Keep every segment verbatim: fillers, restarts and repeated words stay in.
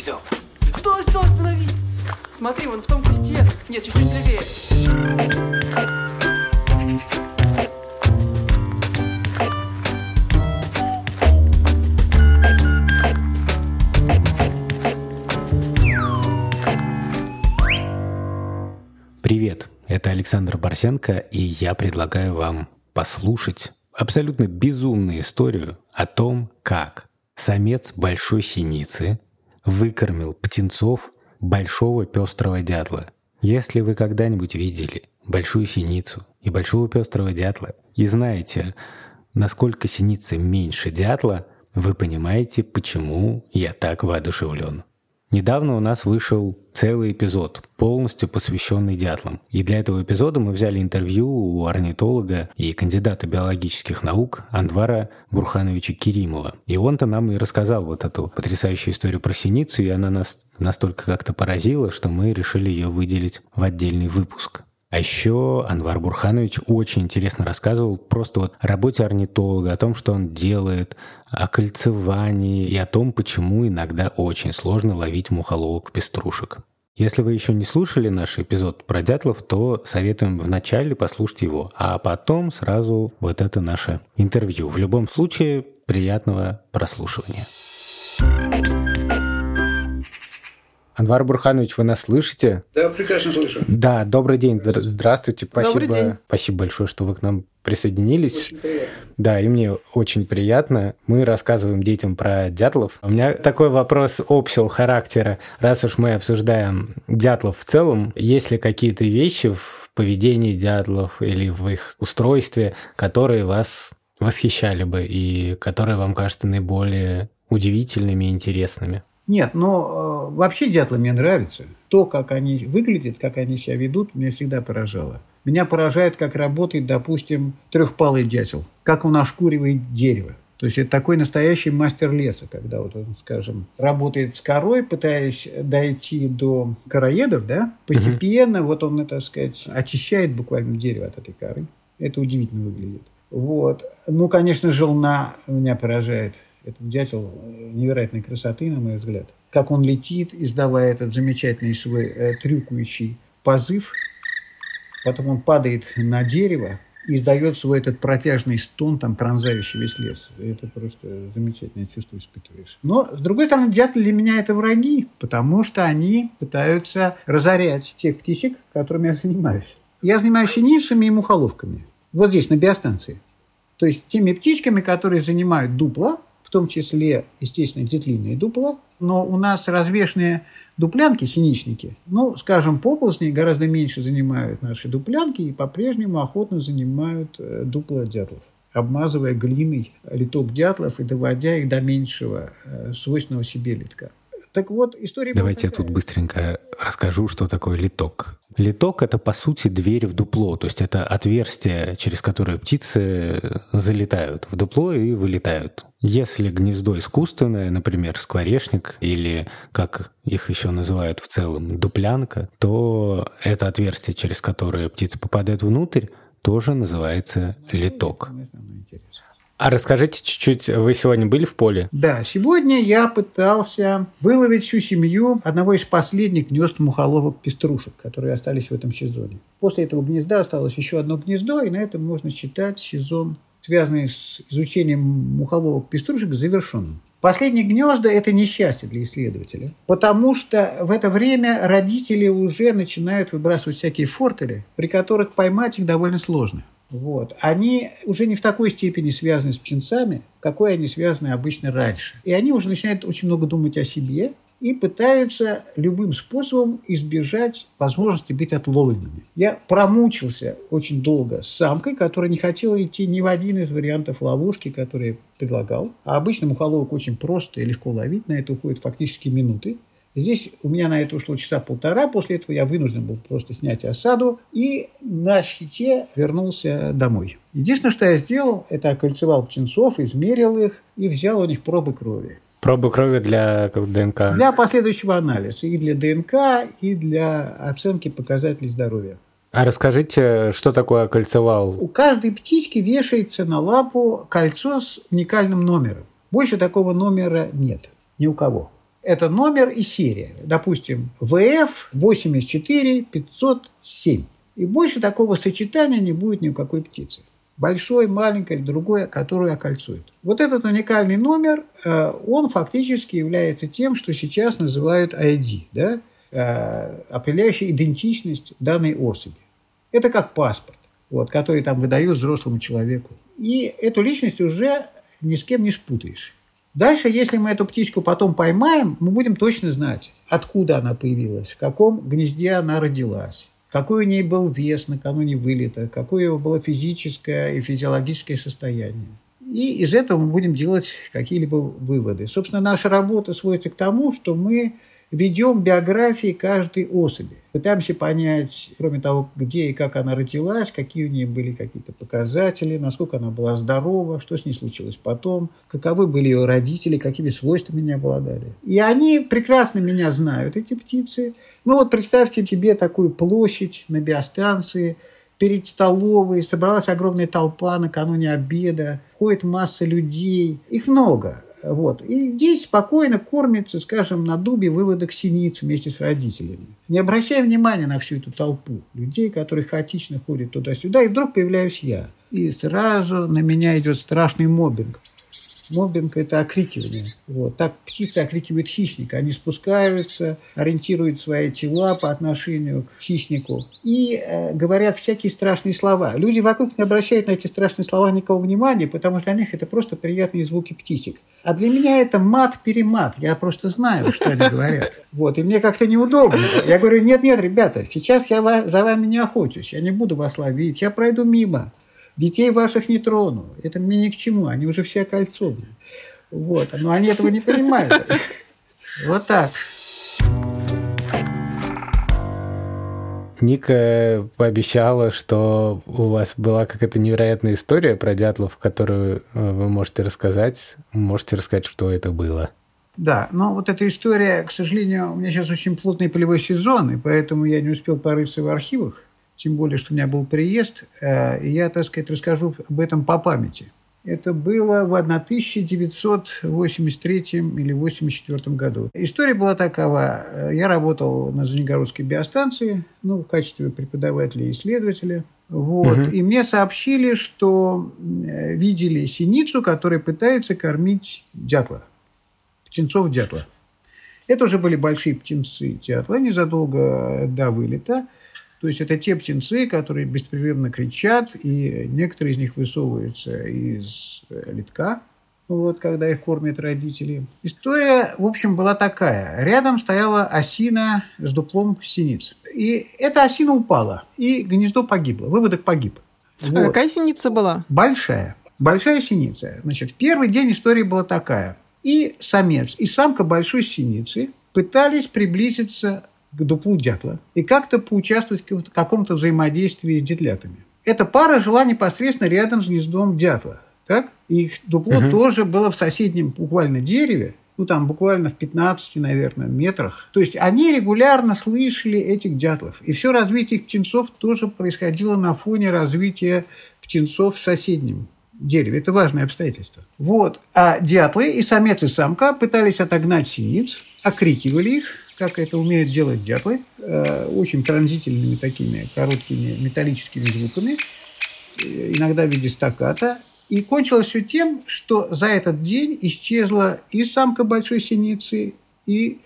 видел. Стой, стой, остановись! Смотри, вон в том кусте. Нет, чуть-чуть левее. Привет, это Александр Борсенко, и я предлагаю вам послушать абсолютно безумную историю о том, как самец большой синицы выкормил птенцов большого пестрого дятла. Если вы когда-нибудь видели большую синицу и большого пестрого дятла и знаете, насколько синица меньше дятла, вы понимаете, почему я так воодушевлен. Недавно у нас вышел целый эпизод, полностью посвященный дятлам. И для этого эпизода мы взяли интервью у орнитолога и кандидата биологических наук Анвара Бурхановича Керимова. И он-то нам и рассказал вот эту потрясающую историю про синицу, и она нас настолько как-то поразила, что мы решили ее выделить в отдельный выпуск. А еще Анвар Бурханович очень интересно рассказывал просто вот о работе орнитолога, о том, что он делает, о кольцевании и о том, почему иногда очень сложно ловить мухоловок-пеструшек. Если вы еще не слушали наш эпизод про дятлов, то советуем вначале послушать его, а потом сразу вот это наше интервью. В любом случае, приятного прослушивания. Анвар Бурханович, вы нас слышите? Да, прекрасно слышу. Да, добрый день, здравствуйте. Спасибо, Добрый день. Спасибо большое, что вы к нам присоединились. Очень приятно. Да, и мне очень приятно. Мы рассказываем детям про дятлов. У меня такой вопрос общего характера. Раз уж мы обсуждаем дятлов в целом, есть ли какие-то вещи в поведении дятлов или в их устройстве, которые вас восхищали бы и которые вам кажутся наиболее удивительными и интересными? Нет, но э, вообще дятлы мне нравятся. То, как они выглядят, как они себя ведут, меня всегда поражало. Меня поражает, как работает, допустим, трехпалый дятел, как он ошкуривает дерево. То есть это такой настоящий мастер леса, когда вот он, скажем, работает с корой, пытаясь дойти до короедов, да, постепенно вот он, так сказать, очищает буквально дерево от этой коры. Это удивительно выглядит. Вот. Ну, конечно, желна меня поражает. Этот дятел невероятной красоты, на мой взгляд. Как он летит, издавая этот замечательный свой э, трюкающий позыв. Потом он падает на дерево и издает свой этот протяжный стон, там, пронзающий весь лес. Это просто замечательное чувство испытываешь. Но, с другой стороны, дятлы для меня это враги, потому что они пытаются разорять тех птичек, которыми я занимаюсь. Я занимаюсь синицами и мухоловками. Вот здесь, на биостанции. То есть теми птичками, которые занимают дупла, в том числе, естественно, детлиные дупла. Но у нас развешенные дуплянки, синичники, ну, скажем, поползни гораздо меньше занимают наши дуплянки и по-прежнему охотно занимают дупла дятлов, обмазывая глиной литок дятлов и доводя их до меньшего свойственного себе литка. Так вот, история Давайте я такая. тут быстренько расскажу, что такое литок. Литок – это, по сути, дверь в дупло, то есть это отверстие, через которое птицы залетают в дупло и вылетают. Если гнездо искусственное, например, скворечник или, как их еще называют в целом, дуплянка, то это отверстие, через которое птица попадает внутрь, тоже называется литок. А расскажите чуть-чуть, вы сегодня были в поле? Да, сегодня я пытался выловить всю семью одного из последних гнезд мухоловок-пеструшек, которые остались в этом сезоне. После этого гнезда осталось еще одно гнездо, и на этом можно считать сезон, связанный с изучением мухоловок-пеструшек, завершенным. Последние гнезда – это несчастье для исследователя, потому что в это время родители уже начинают выбрасывать всякие фортели, при которых поймать их довольно сложно. Вот. Они уже не в такой степени связаны с птенцами, какой они связаны обычно раньше. И они уже начинают очень много думать о себе и пытаются любым способом избежать возможности быть отловленными. Я промучился очень долго с самкой, которая не хотела идти ни в один из вариантов ловушки, которые я предлагал. А обычно мухоловок очень просто и легко ловить, на это уходят фактически минуты. Здесь у меня на это ушло часа полтора. После этого я вынужден был просто снять осаду и на щите вернулся домой. Единственное, что я сделал, это окольцевал птенцов, измерил их и взял у них пробы крови. Пробы крови для ДНК? Для последующего анализа. И для ДНК, и для оценки показателей здоровья. А расскажите, что такое окольцевал? У каждой птички вешается на лапу кольцо с уникальным номером. Больше такого номера нет ни у кого. Это номер и серия. Допустим, вэ эф восемьдесят четыре пятьсот семь. И больше такого сочетания не будет ни у какой птицы. Большой, маленькой, другой, которую окольцует. Вот этот уникальный номер, он фактически является тем, что сейчас называют ай ди, да? Определяющий идентичность данной особи. Это как паспорт, вот, который там выдают взрослому человеку. И эту личность уже ни с кем не спутаешь. Дальше, если мы эту птичку потом поймаем, мы будем точно знать, откуда она появилась, в каком гнезде она родилась, какой у ней был вес накануне вылета, какое его было физическое и физиологическое состояние. И из этого мы будем делать какие-либо выводы. Собственно, наша работа сводится к тому, что мы ведем биографии каждой особи. Пытаемся понять, кроме того, где и как она родилась, какие у нее были какие-то показатели, насколько она была здорова, что с ней случилось потом, каковы были ее родители, какими свойствами они обладали. И они прекрасно меня знают, эти птицы. Ну вот представьте себе такую площадь на биостанции, перед столовой собралась огромная толпа накануне обеда, ходит масса людей, их много. Вот. И здесь спокойно кормится, скажем, на дубе выводок синиц вместе с родителями. Не обращая внимания на всю эту толпу людей, которые хаотично ходят туда-сюда, и вдруг появляюсь я. И сразу на меня идет страшный моббинг. Моббинг – это окрикивание. Вот. Так птицы окрикивают хищника. Они спускаются, ориентируют свои тела по отношению к хищнику и э, говорят всякие страшные слова. Люди вокруг не обращают на эти страшные слова никакого внимания, потому что для них это просто приятные звуки птичек. А для меня это мат-перемат. Я просто знаю, что они говорят. Вот. И мне как-то неудобно. Я говорю, нет-нет, ребята, сейчас я за вами не охочусь. Я не буду вас ловить. Я пройду мимо. Детей ваших не трону. Это мне ни к чему. Они уже все окольцованы. Вот. Но они этого не понимают. Вот так. Ника пообещала, что у вас была какая-то невероятная история про дятлов, которую вы можете рассказать. Можете рассказать, что это было? Да, но вот эта история, к сожалению, у меня сейчас очень плотный полевой сезон, и поэтому я не успел порыться в архивах. Тем более, что у меня был приезд, и я, так сказать, расскажу об этом по памяти. Это было в тысяча девятьсот восемьдесят третьем или восемьдесят четвёртом году. История была такова. Я работал на Звенигородской биостанции, ну, в качестве преподавателя и исследователя. Вот. Угу. И мне сообщили, что видели синицу, которая пытается кормить дятла, птенцов дятла. Это уже были большие птенцы дятла, незадолго до вылета. То есть это те птенцы, которые беспрерывно кричат, и некоторые из них высовываются из литка, вот, когда их кормят родители. История, в общем, была такая. Рядом стояла осина с дуплом синиц. И эта осина упала, и гнездо погибло, выводок погиб. Вот. А какая синица была? Большая. Большая синица. Значит, в первый день история была такая. И самец, и самка большой синицы пытались приблизиться к дуплу дятла и как-то поучаствовать в каком-то взаимодействии с дятлятами. Эта пара жила непосредственно рядом с гнездом дятла. Так? И их дупло угу. тоже было в соседнем буквально дереве, ну там буквально в пятнадцати, наверное, метрах. То есть они регулярно слышали этих дятлов. И все развитие их птенцов тоже происходило на фоне развития птенцов в соседнем дереве. Это важное обстоятельство. Вот. А дятлы и самец, и самка пытались отогнать синиц, окрикивали их, как это умеют делать дятлы, очень пронзительными такими короткими металлическими звуками, иногда в виде стаккато. И кончилось все тем, что за этот день исчезла и самка большой синицы, и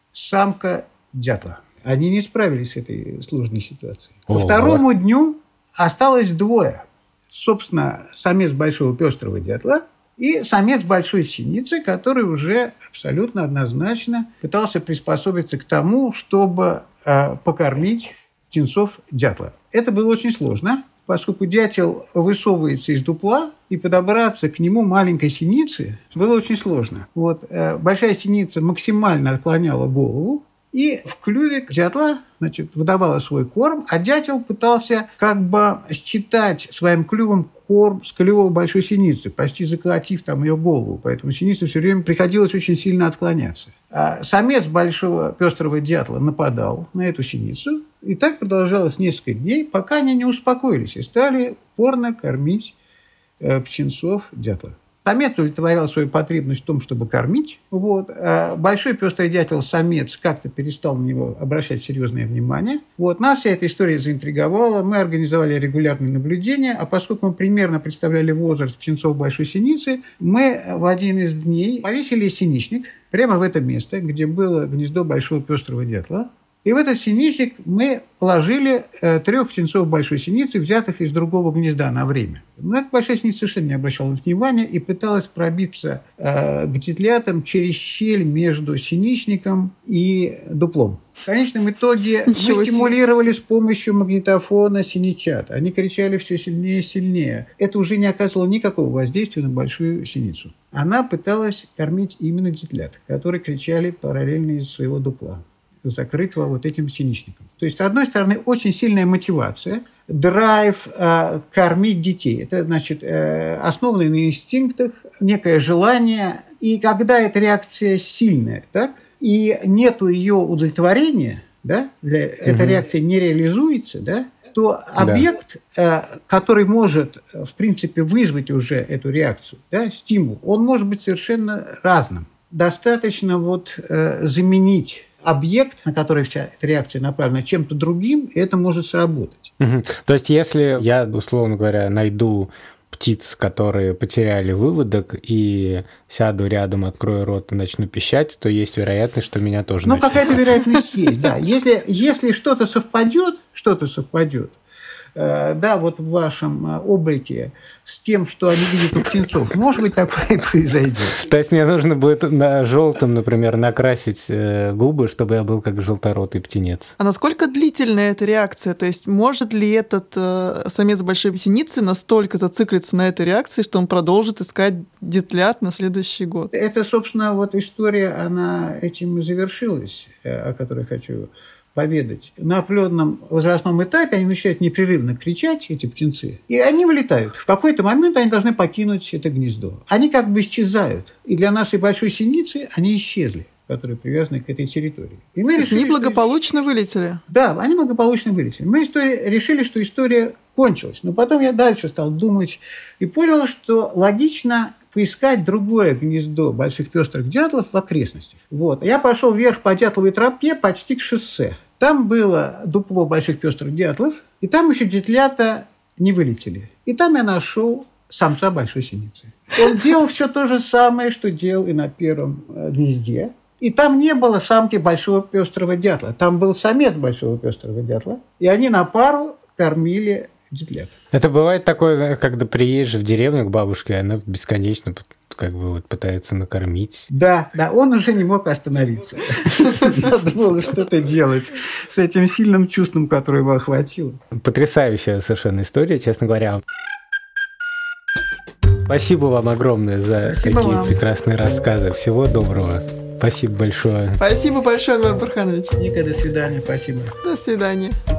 самка дятла. Они не справились с этой сложной ситуацией. Ко второму дню осталось двое. Собственно, самец большого пестрого дятла и самец большой синицы, который уже абсолютно однозначно пытался приспособиться к тому, чтобы э, покормить птенцов дятла. Это было очень сложно, поскольку дятел высовывается из дупла, и подобраться к нему маленькой синице было очень сложно. Вот, э, большая синица максимально отклоняла голову, и в клюве дятла, значит, выдавала свой корм, а дятел пытался как бы считать своим клювом корм с клюва большой синицы, почти заколотив там ее голову. Поэтому синице все время приходилось очень сильно отклоняться. А самец большого пестрого дятла нападал на эту синицу, и так продолжалось несколько дней, пока они не успокоились и стали упорно кормить э, птенцов дятла. Самец удовлетворял свою потребность в том, чтобы кормить. Вот. А большой пестрый дятел-самец как-то перестал на него обращать серьезное внимание. Вот. Нас вся эта история заинтриговала. Мы организовали регулярные наблюдения. А поскольку мы примерно представляли возраст птенцов большой синицы, мы в один из дней повесили синичник прямо в это место, где было гнездо большого пестрого дятла. И в этот синичник мы положили э, трех птенцов большой синицы, взятых из другого гнезда на время. Но эта большая синица совершенно не обращала внимания и пыталась пробиться э, к детлятам через щель между синичником и дуплом. В конечном итоге Ничего мы стимулировали себе. С помощью магнитофона синичат. Они кричали все сильнее и сильнее. Это уже не оказывало никакого воздействия на большую синицу. Она пыталась кормить именно детлят, которые кричали параллельно из своего дупла, закрытого вот этим синичником. То есть, с одной стороны, очень сильная мотивация, драйв э, кормить детей. Это, значит, э, основанное на инстинктах, некое желание. И когда эта реакция сильная, так, и нету ее удовлетворения, да, для, угу. эта реакция не реализуется, да, то объект, да. э, который может, в принципе, вызвать уже эту реакцию, да, стимул, он может быть совершенно разным. Достаточно вот э, заменить объект, на который вся эта реакция направлена, чем-то другим, и это может сработать. Угу. То есть, если я, условно говоря, найду птиц, которые потеряли выводок, и сяду рядом, открою рот и начну пищать, то есть вероятность, что меня тоже Ну, начнут. какая-то вероятность есть, да. Если, если что-то совпадет, что-то совпадет, да, вот в вашем облике с тем, что они видят у птенцов, может быть, такое и произойдет. То есть мне нужно будет на желтом, например, накрасить губы, чтобы я был как желторотый птенец. А насколько длительная эта реакция? То есть может ли этот э, самец большой синицы настолько зациклиться на этой реакции, что он продолжит искать детлят на следующий год? Это, собственно, вот история, она этим и завершилась, о которой хочу поведать. На определенном возрастном этапе они начинают непрерывно кричать, эти птенцы, и они вылетают. В какой-то момент они должны покинуть это гнездо. Они как бы исчезают. И для нашей большой синицы они исчезли, которые привязаны к этой территории. И мы То решили, есть они благополучно что... вылетели? Да, они благополучно вылетели. Мы история... решили, что история кончилась. Но потом я дальше стал думать и понял, что логично поискать другое гнездо больших пестрых дятлов в окрестностях. Вот. Я пошел вверх по дятловой тропе почти к шоссе. Там было дупло больших пестрых дятлов, и там еще детлята не вылетели. И там я нашел самца большой синицы. Он делал все то же самое, что делал и на первом гнезде. И там не было самки большого пестрого дятла. Там был самец большого пестрого дятла. И они на пару кормили детлят. Это бывает такое, когда приедешь в деревню к бабушке, она бесконечно как бы вот пытается накормить. Да, да, он уже не мог остановиться. Надо было что-то делать с этим сильным чувством, которое его охватило. Потрясающая совершенно история, честно говоря. Спасибо вам огромное за Спасибо такие вам. прекрасные рассказы. Всего доброго. Спасибо большое. Спасибо большое, Анвар Бурханович. Ника, до свидания. Спасибо. До свидания.